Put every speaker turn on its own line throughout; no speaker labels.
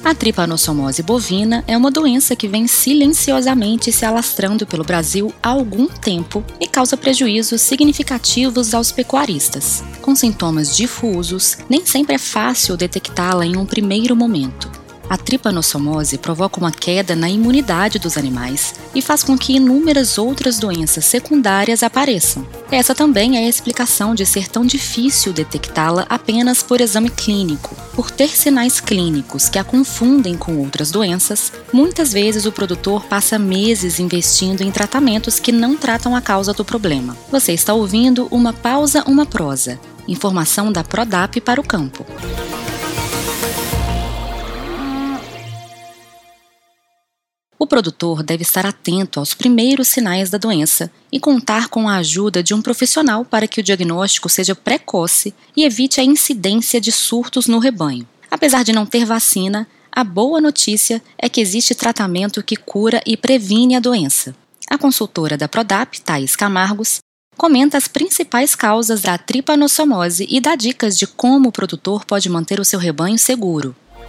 A tripanossomose bovina é uma doença que vem silenciosamente se alastrando pelo Brasil há algum tempo e causa prejuízos significativos aos pecuaristas. Com sintomas difusos, nem sempre é fácil detectá-la em um primeiro momento. A tripanossomose provoca uma queda na imunidade dos animais e faz com que inúmeras outras doenças secundárias apareçam. Essa também é a explicação de ser tão difícil detectá-la apenas por exame clínico. Por ter sinais clínicos que a confundem com outras doenças, muitas vezes o produtor passa meses investindo em tratamentos que não tratam a causa do problema. Você está ouvindo Uma Pausa, Uma Prosa. Informação da Prodap para o campo. O produtor deve estar atento aos primeiros sinais da doença e contar com a ajuda de um profissional para que o diagnóstico seja precoce e evite a incidência de surtos no rebanho. Apesar de não ter vacina, a boa notícia é que existe tratamento que cura e previne a doença. A consultora da Prodap, Thaís Camargos, comenta as principais causas da tripanossomose e dá dicas de como o produtor pode manter o seu rebanho seguro.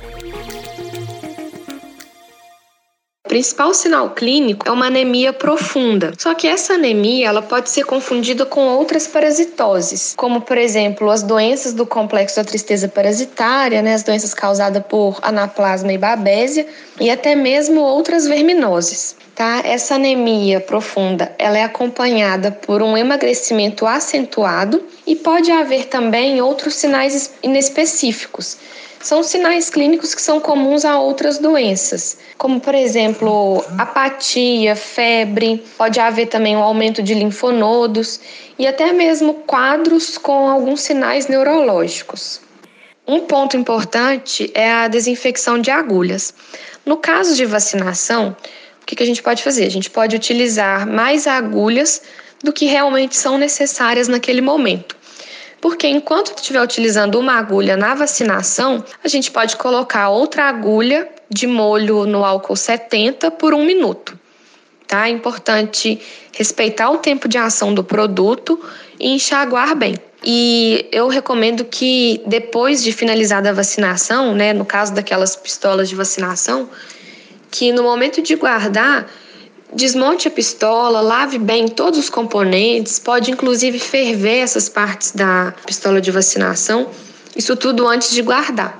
O principal sinal clínico é uma anemia profunda. Só que essa anemia ela pode ser confundida com outras parasitoses, como, por exemplo, as doenças do complexo da tristeza parasitária, as doenças causadas por anaplasma e babésia, e até mesmo outras verminoses. Essa anemia profunda ela é acompanhada por um emagrecimento acentuado e pode haver também outros sinais inespecíficos. São sinais clínicos que são comuns a outras doenças, como, por exemplo, apatia, febre, pode haver também um aumento de linfonodos e até mesmo quadros com alguns sinais neurológicos. Um ponto importante é a desinfecção de agulhas. No caso de vacinação, o que a gente pode fazer? A gente pode utilizar mais agulhas do que realmente são necessárias naquele momento. Porque enquanto estiver utilizando uma agulha na vacinação, a gente pode colocar outra agulha de molho no álcool 70 por 1 minuto. É importante respeitar o tempo de ação do produto e enxaguar bem. E eu recomendo que depois de finalizada a vacinação, no caso daquelas pistolas de vacinação, que no momento de guardar, desmonte a pistola, lave bem todos os componentes, pode inclusive ferver essas partes da pistola de vacinação, isso tudo antes de guardar.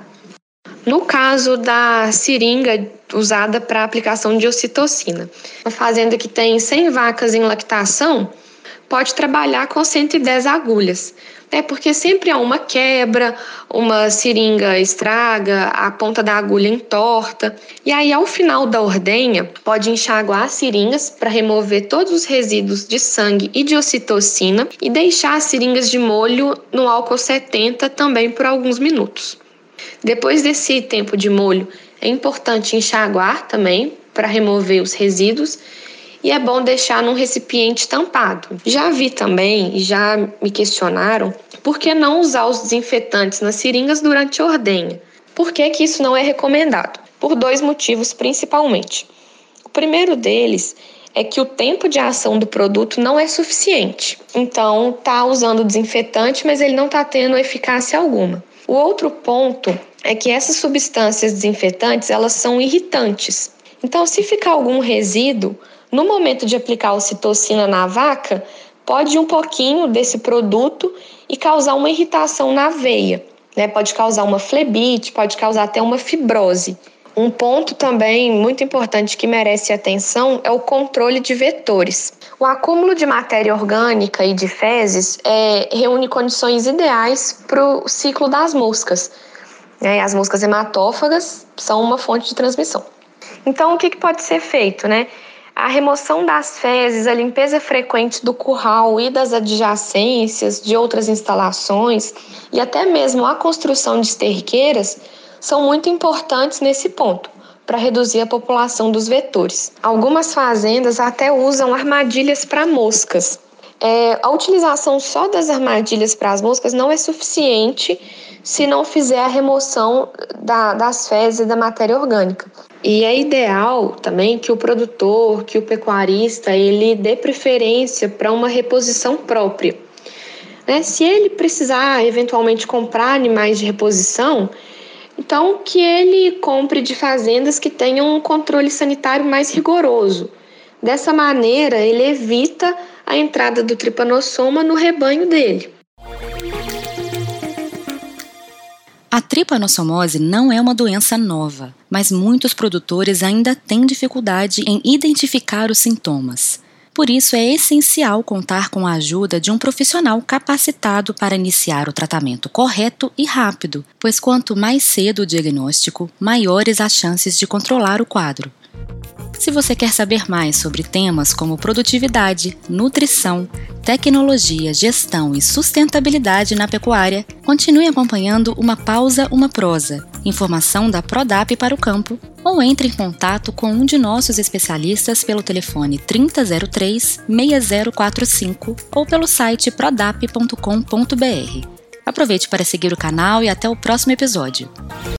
No caso da seringa usada para aplicação de ocitocina, uma fazenda que tem 100 vacas em lactação pode trabalhar com 110 agulhas, porque sempre há uma quebra, uma seringa estraga, a ponta da agulha entorta. E aí, ao final da ordenha, pode enxaguar as seringas para remover todos os resíduos de sangue e de ocitocina e deixar as seringas de molho no álcool 70 também por alguns minutos. Depois desse tempo de molho, é importante enxaguar também para remover os resíduos. E é bom deixar num recipiente tampado. Já vi também, e já me questionaram, por que não usar os desinfetantes nas seringas durante a ordenha? Por que isso não é recomendado? Por 2 motivos principalmente. O primeiro deles é que o tempo de ação do produto não é suficiente. Então, está usando o desinfetante, mas ele não está tendo eficácia alguma. O outro ponto é que essas substâncias desinfetantes, elas são irritantes. Então, se ficar algum resíduo, no momento de aplicar a ocitocina na vaca, pode ir um pouquinho desse produto e causar uma irritação na veia, Pode causar uma flebite, pode causar até uma fibrose. Um ponto também muito importante que merece atenção é o controle de vetores. O acúmulo de matéria orgânica e de fezes reúne condições ideais para o ciclo das moscas. As moscas hematófagas são uma fonte de transmissão. Então, o que pode ser feito, A remoção das fezes, a limpeza frequente do curral e das adjacências de outras instalações e até mesmo a construção de esterqueiras são muito importantes nesse ponto, para reduzir a população dos vetores. Algumas fazendas até usam armadilhas para moscas. A utilização só das armadilhas para as moscas não é suficiente se não fizer a remoção das fezes e da matéria orgânica. E é ideal também que o produtor, que o pecuarista, ele dê preferência para uma reposição própria. Se ele precisar eventualmente comprar animais de reposição, Então, que ele compre de fazendas que tenham um controle sanitário mais rigoroso. Dessa maneira, ele evita a entrada do tripanossoma no rebanho dele.
A tripanossomose não é uma doença nova, mas muitos produtores ainda têm dificuldade em identificar os sintomas. Por isso, é essencial contar com a ajuda de um profissional capacitado para iniciar o tratamento correto e rápido, pois quanto mais cedo o diagnóstico, maiores as chances de controlar o quadro. Se você quer saber mais sobre temas como produtividade, nutrição, tecnologia, gestão e sustentabilidade na pecuária, continue acompanhando Uma Pausa, Uma Prosa, informação da Prodap para o campo, ou entre em contato com um de nossos especialistas pelo telefone 3003-6045 ou pelo site prodap.com.br. Aproveite para seguir o canal e até o próximo episódio.